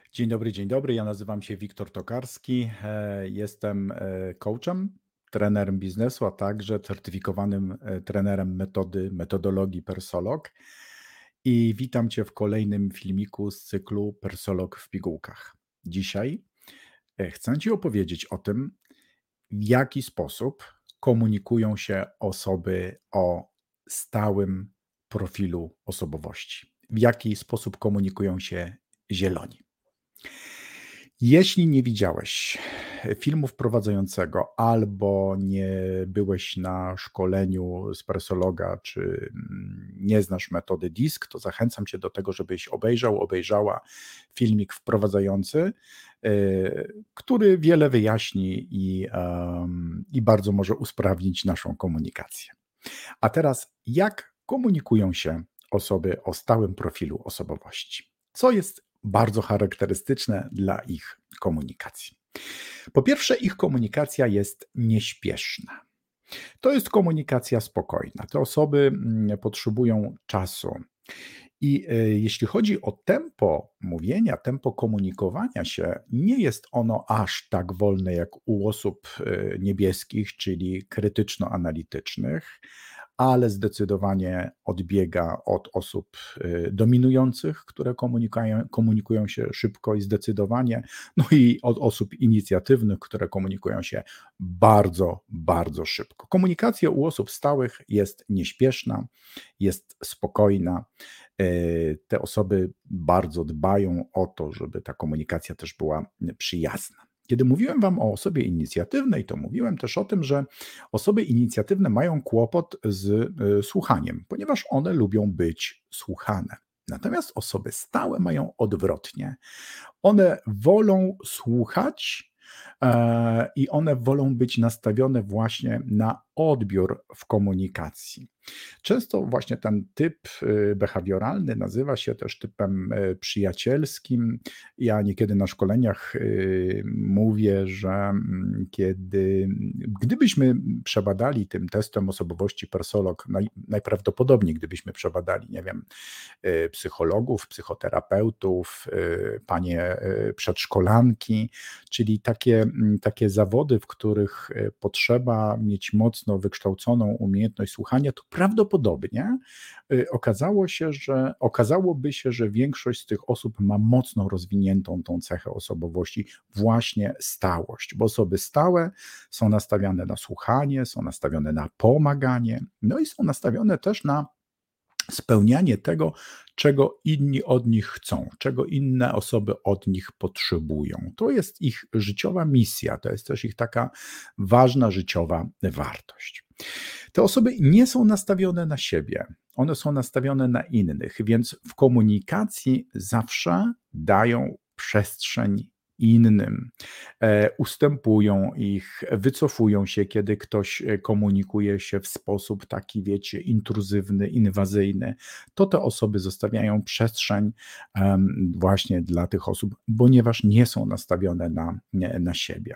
Dzień dobry, dzień dobry. Ja nazywam się Wiktor Tokarski. Jestem coachem, trenerem biznesu, a także certyfikowanym trenerem metodologii Persolog. I witam Cię w kolejnym filmiku z cyklu Persolog w pigułkach. Dzisiaj chcę Ci opowiedzieć o tym, w jaki sposób komunikują się osoby o stałym profilu osobowości. W jaki sposób komunikują się zieloni. Jeśli nie widziałeś filmu wprowadzającego albo nie byłeś na szkoleniu z Persologa, czy nie znasz metody DISC, to zachęcam Cię do tego, żebyś obejrzała filmik wprowadzający, który wiele wyjaśni i bardzo może usprawnić naszą komunikację. A teraz, jak komunikują się osoby o stałym profilu osobowości? Co jest bardzo charakterystyczne dla ich komunikacji? Po pierwsze, ich komunikacja jest nieśpieszna. To jest komunikacja spokojna. Te osoby potrzebują czasu. I jeśli chodzi o tempo mówienia, tempo komunikowania się, nie jest ono aż tak wolne jak u osób niebieskich, czyli krytyczno-analitycznych, ale zdecydowanie odbiega od osób dominujących, które komunikują się szybko i zdecydowanie, no i od osób inicjatywnych, które komunikują się bardzo, bardzo szybko. Komunikacja u osób stałych jest nieśpieszna, jest spokojna. Te osoby bardzo dbają o to, żeby ta komunikacja też była przyjazna. Kiedy mówiłem Wam o osobie inicjatywnej, to mówiłem też o tym, że osoby inicjatywne mają kłopot z słuchaniem, ponieważ one lubią być słuchane. Natomiast osoby stałe mają odwrotnie. One wolą słuchać i one wolą być nastawione właśnie na odbiór w komunikacji. Często właśnie ten typ behawioralny nazywa się też typem przyjacielskim. Ja niekiedy na szkoleniach mówię, że gdybyśmy przebadali tym testem osobowości Persolog, najprawdopodobniej gdybyśmy przebadali, nie wiem, psychologów, psychoterapeutów, panie przedszkolanki, czyli takie zawody, w których potrzeba mieć mocno wykształconą umiejętność słuchania, to prawdopodobnie okazałoby się, że większość z tych osób ma mocno rozwiniętą tą cechę osobowości, właśnie stałość, bo osoby stałe są nastawione na słuchanie, są nastawione na pomaganie, no i są nastawione też na spełnianie tego, czego inni od nich chcą, czego inne osoby od nich potrzebują. To jest ich życiowa misja, to jest też ich taka ważna życiowa wartość. Te osoby nie są nastawione na siebie, one są nastawione na innych, więc w komunikacji zawsze dają przestrzeń innym, ustępują ich, wycofują się, kiedy ktoś komunikuje się w sposób taki, wiecie, intruzywny, inwazyjny, to te osoby zostawiają przestrzeń właśnie dla tych osób, ponieważ nie są nastawione na siebie.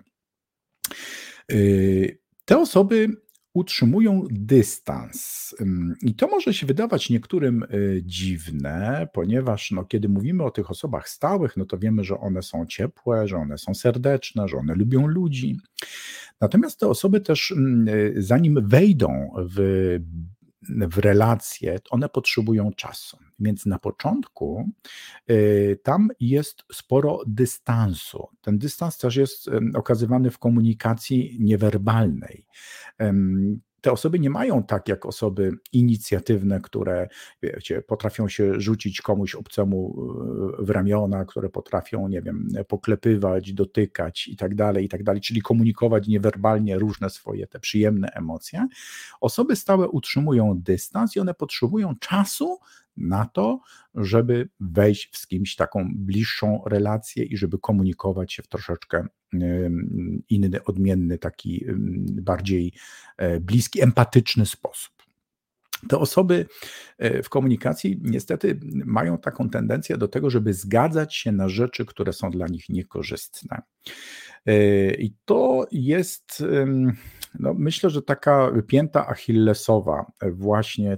Te osoby utrzymują dystans. I to może się wydawać niektórym dziwne, ponieważ kiedy mówimy o tych osobach stałych, no to wiemy, że one są ciepłe, że one są serdeczne, że one lubią ludzi. Natomiast te osoby też, zanim wejdą w relacje, one potrzebują czasu. Więc na początku tam jest sporo dystansu. Ten dystans też jest okazywany w komunikacji niewerbalnej. Te osoby nie mają tak jak osoby inicjatywne, które, wiecie, potrafią się rzucić komuś obcemu w ramiona, które potrafią, nie wiem, poklepywać, dotykać i tak dalej, czyli komunikować niewerbalnie różne swoje te przyjemne emocje. Osoby stałe utrzymują dystans i one potrzebują czasu na to, żeby wejść z kimś w taką bliższą relację i żeby komunikować się w troszeczkę inny, odmienny, taki bardziej bliski, empatyczny sposób. Te osoby w komunikacji niestety mają taką tendencję do tego, żeby zgadzać się na rzeczy, które są dla nich niekorzystne. I to jest No, myślę, że taka pięta achillesowa właśnie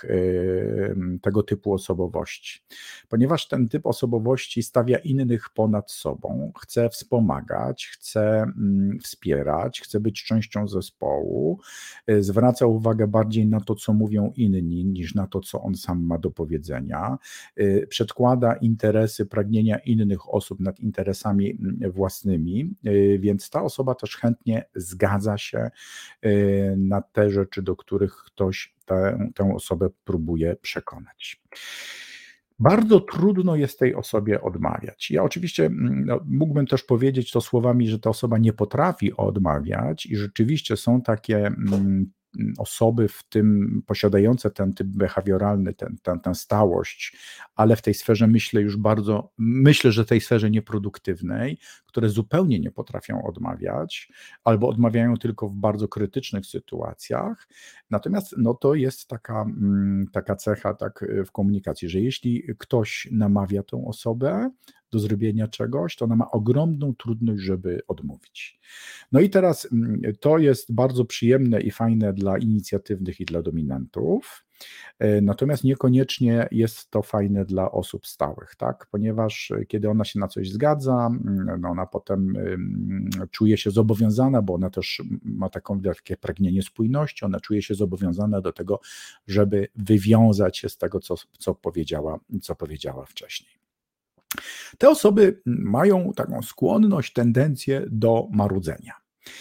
tego typu osobowości, ponieważ ten typ osobowości stawia innych ponad sobą, chce wspomagać, chce wspierać, chce być częścią zespołu, zwraca uwagę bardziej na to, co mówią inni, niż na to, co on sam ma do powiedzenia, przedkłada interesy, pragnienia innych osób nad interesami własnymi, więc ta osoba też chętnie zgadza się na te rzeczy, do których ktoś tę osobę próbuje przekonać. Bardzo trudno jest tej osobie odmawiać. Ja oczywiście mógłbym też powiedzieć to słowami, że ta osoba nie potrafi odmawiać i rzeczywiście są takie osoby w tym posiadające ten typ behawioralny, tę stałość, ale w tej sferze myślę, że tej sferze nieproduktywnej, które zupełnie nie potrafią odmawiać, albo odmawiają tylko w bardzo krytycznych sytuacjach. Natomiast no, to jest taka cecha tak w komunikacji, że jeśli ktoś namawia tą osobę do zrobienia czegoś, to ona ma ogromną trudność, żeby odmówić. No i teraz to jest bardzo przyjemne i fajne dla inicjatywnych i dla dominantów, natomiast niekoniecznie jest to fajne dla osób stałych, tak? Ponieważ kiedy ona się na coś zgadza, no ona potem czuje się zobowiązana, bo ona też ma takie pragnienie spójności, ona czuje się zobowiązana do tego, żeby wywiązać się z tego, co powiedziała wcześniej. Te osoby mają taką skłonność, tendencję do marudzenia.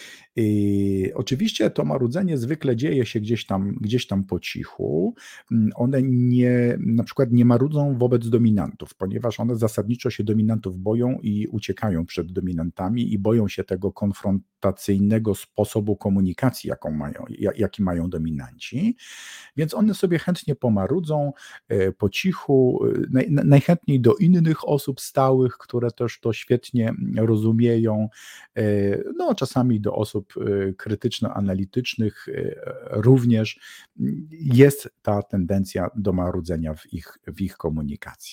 Oczywiście to marudzenie zwykle dzieje się gdzieś tam po cichu. One na przykład nie marudzą wobec dominantów, ponieważ one zasadniczo się dominantów boją i uciekają przed dominantami i boją się tego konfrontacyjnego sposobu komunikacji, jaki mają dominanci. Więc one sobie chętnie pomarudzą po cichu, najchętniej do innych osób stałych, które też to świetnie rozumieją, no czasami do osób krytyczno-analitycznych również jest ta tendencja do marudzenia w ich komunikacji.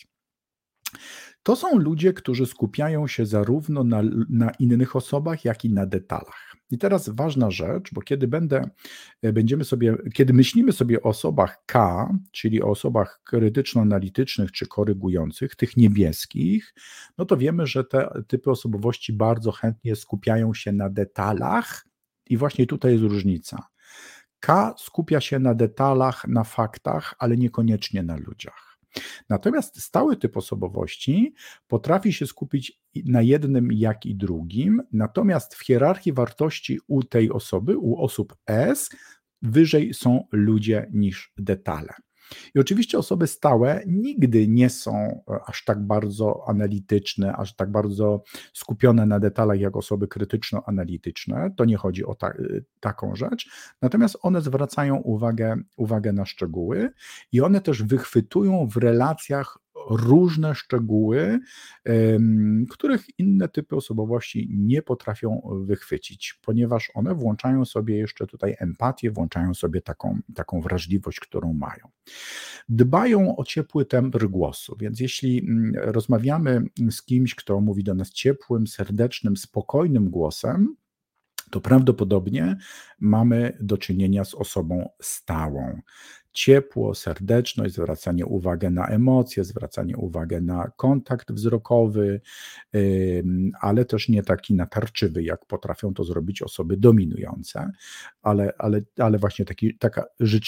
To są ludzie, którzy skupiają się zarówno na innych osobach, jak i na detalach. I teraz ważna rzecz, bo kiedy myślimy sobie o osobach K, czyli o osobach krytyczno-analitycznych czy korygujących, tych niebieskich, no to wiemy, że te typy osobowości bardzo chętnie skupiają się na detalach i właśnie tutaj jest różnica. K skupia się na detalach, na faktach, ale niekoniecznie na ludziach. Natomiast stały typ osobowości potrafi się skupić na jednym, jak i drugim, natomiast w hierarchii wartości u tej osoby, u osób S, wyżej są ludzie niż detale. I oczywiście osoby stałe nigdy nie są aż tak bardzo analityczne, aż tak bardzo skupione na detalach jak osoby krytyczno-analityczne. To nie chodzi o taką rzecz. Natomiast one zwracają uwagę na szczegóły i one też wychwytują w relacjach różne szczegóły, których inne typy osobowości nie potrafią wychwycić, ponieważ one włączają sobie jeszcze tutaj empatię, włączają sobie taką wrażliwość, którą mają. Dbają o ciepły tembr głosu, więc jeśli rozmawiamy z kimś, kto mówi do nas ciepłym, serdecznym, spokojnym głosem, to prawdopodobnie mamy do czynienia z osobą stałą. Ciepło, serdeczność, zwracanie uwagi na emocje, zwracanie uwagi na kontakt wzrokowy, ale też nie taki natarczywy, jak potrafią to zrobić osoby dominujące, ale właśnie taka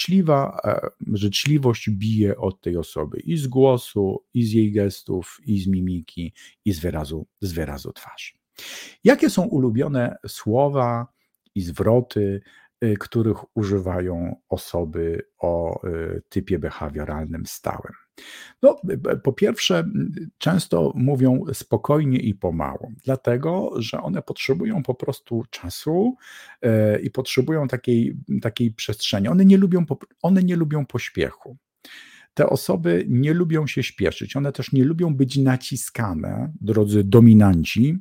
życzliwość bije od tej osoby i z głosu, i z jej gestów, i z mimiki, i z wyrazu twarzy. Jakie są ulubione słowa i zwroty, których używają osoby o typie behawioralnym stałym? No, po pierwsze, często mówią spokojnie i pomału, dlatego że one potrzebują po prostu czasu i potrzebują takiej przestrzeni. One nie lubią pośpiechu. Te osoby nie lubią się śpieszyć, one też nie lubią być naciskane, drodzy dominanci,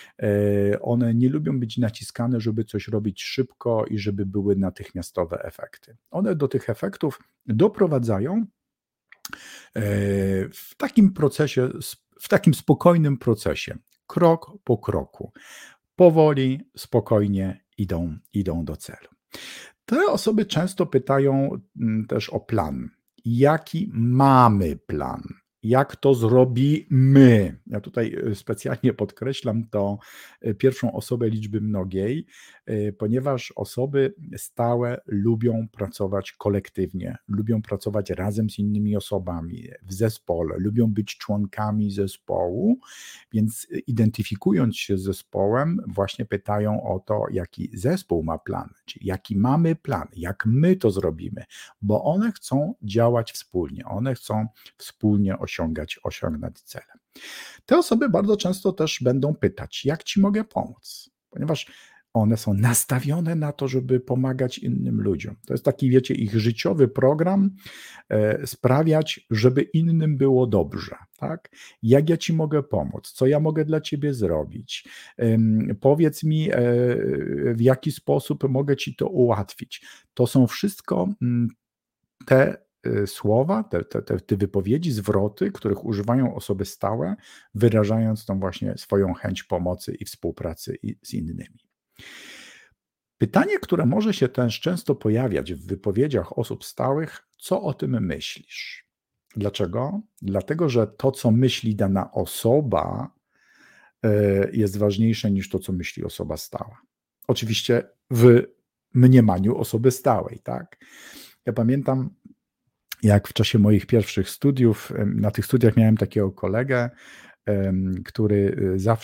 one nie lubią być naciskane, żeby coś robić szybko i żeby były natychmiastowe efekty. One do tych efektów doprowadzają w takim procesie, w takim spokojnym procesie, krok po kroku. Powoli, spokojnie idą do celu. Te osoby często pytają też o plan. Jaki mamy plan? Jak to zrobimy? Ja tutaj specjalnie podkreślam to pierwszą osobę liczby mnogiej, ponieważ osoby stałe lubią pracować kolektywnie, lubią pracować razem z innymi osobami, w zespole, lubią być członkami zespołu, więc identyfikując się z zespołem, właśnie pytają o to, jaki zespół ma plan, czyli jaki mamy plan, jak my to zrobimy, bo one chcą działać wspólnie, one chcą wspólnie osiągnąć cele. Te osoby bardzo często też będą pytać, jak ci mogę pomóc, ponieważ one są nastawione na to, żeby pomagać innym ludziom. To jest taki, wiecie, ich życiowy program, sprawiać, żeby innym było dobrze. Tak? Jak ja ci mogę pomóc? Co ja mogę dla ciebie zrobić? Powiedz mi, w jaki sposób mogę ci to ułatwić. To są wszystko te słowa, te wypowiedzi, zwroty, których używają osoby stałe, wyrażając tą właśnie swoją chęć pomocy i współpracy z innymi. Pytanie, które może się też często pojawiać w wypowiedziach osób stałych, co o tym myślisz? Dlaczego? Dlatego, że to, co myśli dana osoba, jest ważniejsze niż to, co myśli osoba stała. Oczywiście w mniemaniu osoby stałej, tak? Ja pamiętam, jak w czasie moich pierwszych studiów, na tych studiach miałem takiego kolegę, który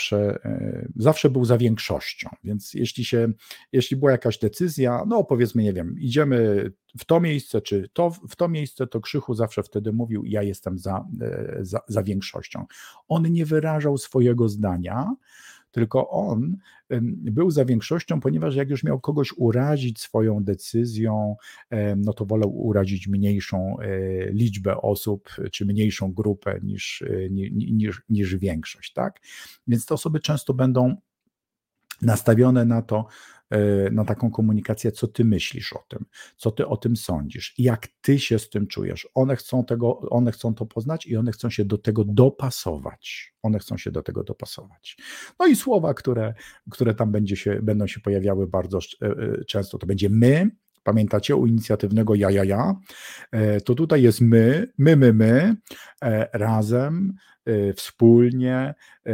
zawsze był za większością, więc jeśli była jakaś decyzja, no powiedzmy, nie wiem, idziemy w to miejsce, czy w to miejsce, to Krzychu zawsze wtedy mówił, ja jestem za większością. On nie wyrażał swojego zdania, tylko on był za większością, ponieważ jak już miał kogoś urazić swoją decyzją, no to wolał urazić mniejszą liczbę osób, czy mniejszą grupę niż większość, tak? Więc te osoby często będą nastawione na to, na taką komunikację, co ty myślisz o tym, co ty o tym sądzisz, jak ty się z tym czujesz. One chcą to poznać i one chcą się do tego dopasować. No i słowa, które tam będą się pojawiały bardzo często, to będzie my. Pamiętacie u inicjatywnego ja. To tutaj jest my, razem, wspólnie,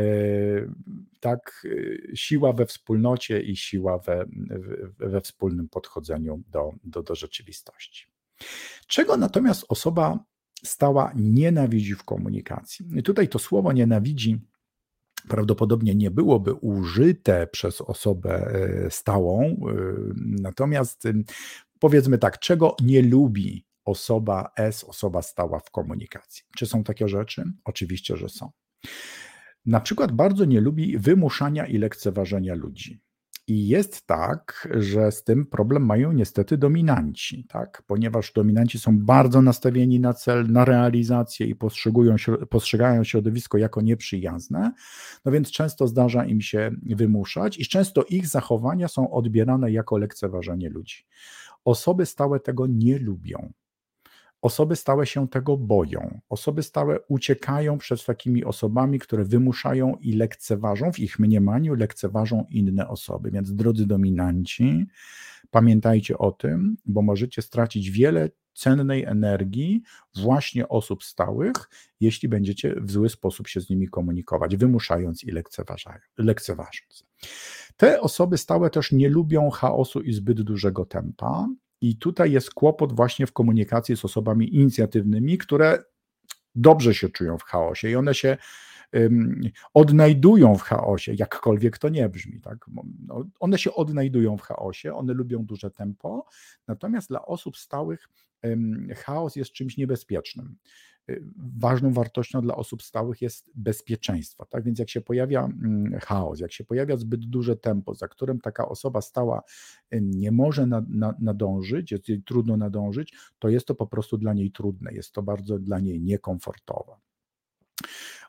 tak, siła we wspólnocie i siła we wspólnym podchodzeniu do rzeczywistości. Czego natomiast osoba stała nienawidzi w komunikacji? I tutaj to słowo nienawidzi prawdopodobnie nie byłoby użyte przez osobę stałą, natomiast powiedzmy tak, czego nie lubi osoba stała w komunikacji? Czy są takie rzeczy? Oczywiście, że są. Na przykład bardzo nie lubi wymuszania i lekceważenia ludzi. I jest tak, że z tym problem mają niestety dominanci, tak? Ponieważ dominanci są bardzo nastawieni na cel, na realizację i postrzegają środowisko jako nieprzyjazne, no więc często zdarza im się wymuszać i często ich zachowania są odbierane jako lekceważenie ludzi. Osoby stałe tego nie lubią. Osoby stałe się tego boją. Osoby stałe uciekają przed takimi osobami, które wymuszają i lekceważą, w ich mniemaniu lekceważą inne osoby. Więc drodzy dominanci, pamiętajcie o tym, bo możecie stracić wiele cennej energii właśnie osób stałych, jeśli będziecie w zły sposób się z nimi komunikować, wymuszając i lekceważąc. Te osoby stałe też nie lubią chaosu i zbyt dużego tempa. I tutaj jest kłopot właśnie w komunikacji z osobami inicjatywnymi, które dobrze się czują w chaosie i one się odnajdują w chaosie, jakkolwiek to nie brzmi. Tak? One się odnajdują w chaosie, one lubią duże tempo, natomiast dla osób stałych chaos jest czymś niebezpiecznym. Ważną wartością dla osób stałych jest bezpieczeństwo. Tak więc jak się pojawia chaos, jak się pojawia zbyt duże tempo, za którym taka osoba stała nie może nadążyć, jest jej trudno nadążyć, to jest to po prostu dla niej trudne, jest to bardzo dla niej niekomfortowe.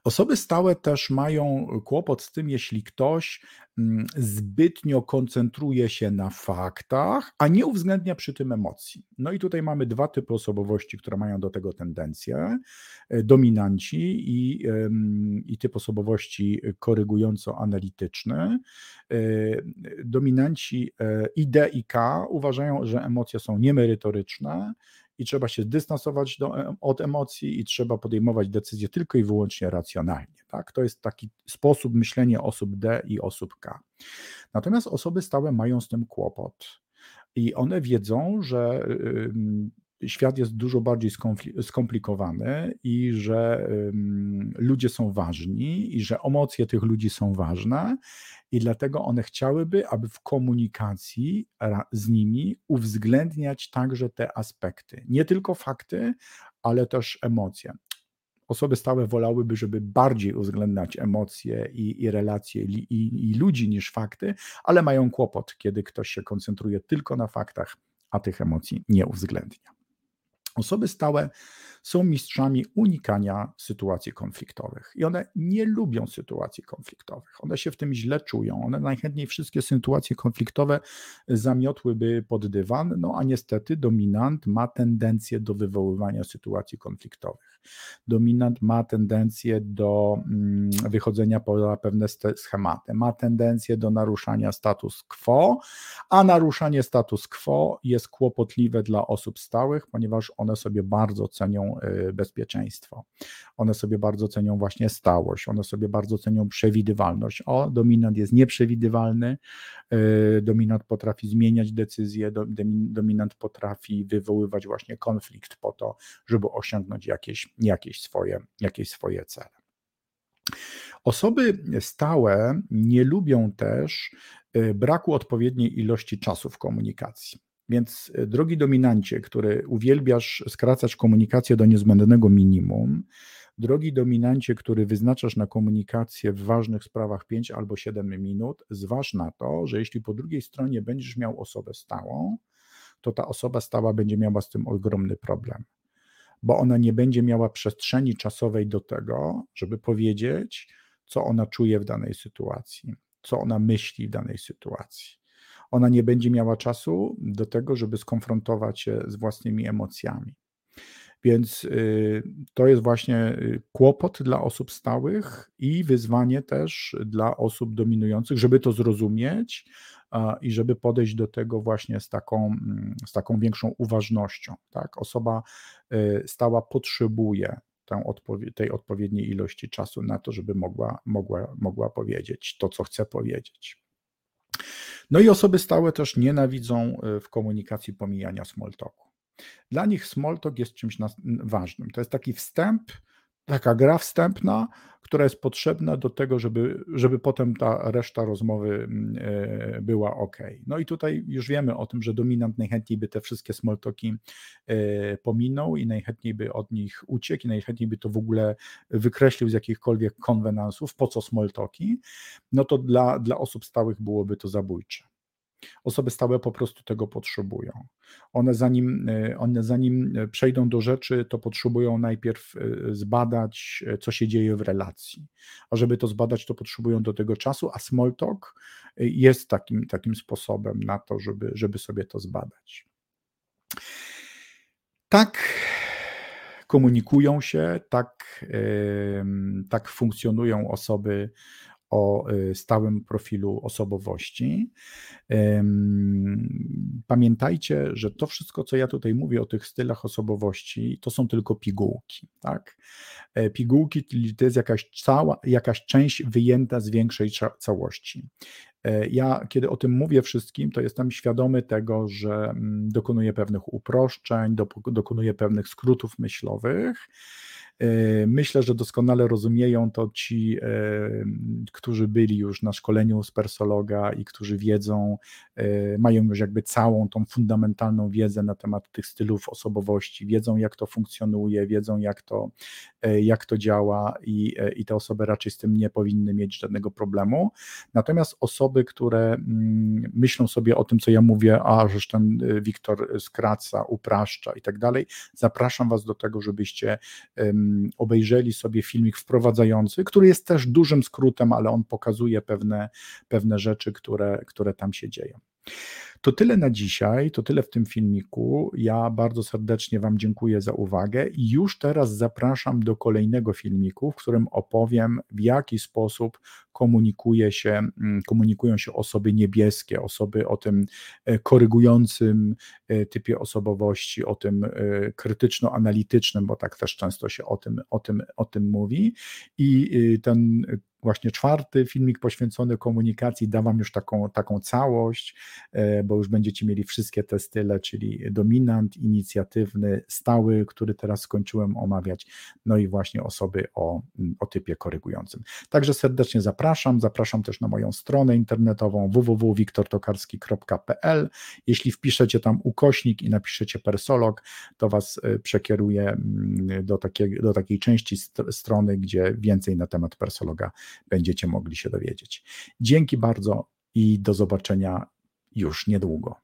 Osoby stałe też mają kłopot z tym, jeśli ktoś zbytnio koncentruje się na faktach, a nie uwzględnia przy tym emocji. No i tutaj mamy dwa typy osobowości, które mają do tego tendencję. Dominanci i typ osobowości korygująco-analityczny. Dominanci I, D i K uważają, że emocje są niemerytoryczne i trzeba się dystansować od emocji i trzeba podejmować decyzje tylko i wyłącznie racjonalnie. Tak? To jest taki sposób myślenia osób D i osób K. Natomiast osoby stałe mają z tym kłopot i one wiedzą, że świat jest dużo bardziej skomplikowany i że ludzie są ważni i że emocje tych ludzi są ważne i dlatego one chciałyby, aby w komunikacji z nimi uwzględniać także te aspekty. Nie tylko fakty, ale też emocje. Osoby stałe wolałyby, żeby bardziej uwzględniać emocje i relacje i ludzi niż fakty, ale mają kłopot, kiedy ktoś się koncentruje tylko na faktach, a tych emocji nie uwzględnia. Osoby stałe są mistrzami unikania sytuacji konfliktowych i one nie lubią sytuacji konfliktowych. One się w tym źle czują. One najchętniej wszystkie sytuacje konfliktowe zamiotłyby pod dywan, no a niestety dominant ma tendencję do wywoływania sytuacji konfliktowych. Dominant ma tendencję do wychodzenia poza pewne schematy, ma tendencję do naruszania status quo, a naruszanie status quo jest kłopotliwe dla osób stałych, ponieważ one sobie bardzo cenią bezpieczeństwo. One sobie bardzo cenią właśnie stałość, one sobie bardzo cenią przewidywalność. Dominant jest nieprzewidywalny, dominant potrafi zmieniać decyzje, dominant potrafi wywoływać właśnie konflikt po to, żeby osiągnąć jakieś swoje cele. Osoby stałe nie lubią też braku odpowiedniej ilości czasu w komunikacji. Więc drogi dominancie, który uwielbiasz skracać komunikację do niezbędnego minimum, drogi dominancie, który wyznaczasz na komunikację w ważnych sprawach 5 albo 7 minut, zważ na to, że jeśli po drugiej stronie będziesz miał osobę stałą, to ta osoba stała będzie miała z tym ogromny problem, bo ona nie będzie miała przestrzeni czasowej do tego, żeby powiedzieć, co ona czuje w danej sytuacji, co ona myśli w danej sytuacji. Ona nie będzie miała czasu do tego, żeby skonfrontować się z własnymi emocjami. Więc to jest właśnie kłopot dla osób stałych i wyzwanie też dla osób dominujących, żeby to zrozumieć i żeby podejść do tego właśnie z taką większą uważnością. Tak? Osoba stała potrzebuje tej odpowiedniej ilości czasu na to, żeby mogła powiedzieć to, co chce powiedzieć. No i osoby stałe też nienawidzą w komunikacji pomijania small talku. Dla nich small talk jest czymś ważnym. To jest taki wstęp, taka gra wstępna, która jest potrzebna do tego, żeby potem ta reszta rozmowy była ok. No i tutaj już wiemy o tym, że dominant najchętniej by te wszystkie small talki pominął i najchętniej by od nich uciekł i najchętniej by to w ogóle wykreślił z jakichkolwiek konwenansów, po co small talki, no to dla osób stałych byłoby to zabójcze. Osoby stałe po prostu tego potrzebują. One zanim przejdą do rzeczy, to potrzebują najpierw zbadać, co się dzieje w relacji. A żeby to zbadać, to potrzebują do tego czasu, a small talk jest takim sposobem na to, żeby sobie to zbadać. Tak komunikują się, tak funkcjonują osoby o stałym profilu osobowości. Pamiętajcie, że to wszystko, co ja tutaj mówię o tych stylach osobowości, to są tylko pigułki. Tak? Pigułki, czyli to jest jakaś część wyjęta z większej całości. Ja, kiedy o tym mówię wszystkim, to jestem świadomy tego, że dokonuję pewnych uproszczeń, dokonuję pewnych skrótów myślowych. Myślę, że doskonale rozumieją to ci, którzy byli już na szkoleniu z persologa i którzy wiedzą, mają już jakby całą tą fundamentalną wiedzę na temat tych stylów osobowości, wiedzą jak to funkcjonuje, wiedzą jak to jak to działa i te osoby raczej z tym nie powinny mieć żadnego problemu. Natomiast osoby, które myślą sobie o tym, co ja mówię, a żeż ten Wiktor skraca, upraszcza i tak dalej, zapraszam Was do tego, żebyście obejrzeli sobie filmik wprowadzający, który jest też dużym skrótem, ale on pokazuje pewne rzeczy, które tam się dzieją. To tyle na dzisiaj, to tyle w tym filmiku. Ja bardzo serdecznie Wam dziękuję za uwagę i już teraz zapraszam do kolejnego filmiku, w którym opowiem, w jaki sposób komunikują się osoby niebieskie, osoby o tym korygującym typie osobowości, o tym krytyczno-analitycznym, bo tak też często się o tym mówi. I ten właśnie 4. filmik poświęcony komunikacji da Wam już taką całość, bo już będziecie mieli wszystkie te style, czyli dominant, inicjatywny, stały, który teraz skończyłem omawiać, no i właśnie osoby o typie korygującym. Także serdecznie zapraszam też na moją stronę internetową www.wiktortokarski.pl. Jeśli wpiszecie tam ukośnik i napiszecie persolog, to Was przekieruje do takiej części strony, gdzie więcej na temat persologa będziecie mogli się dowiedzieć. Dzięki bardzo i do zobaczenia już niedługo.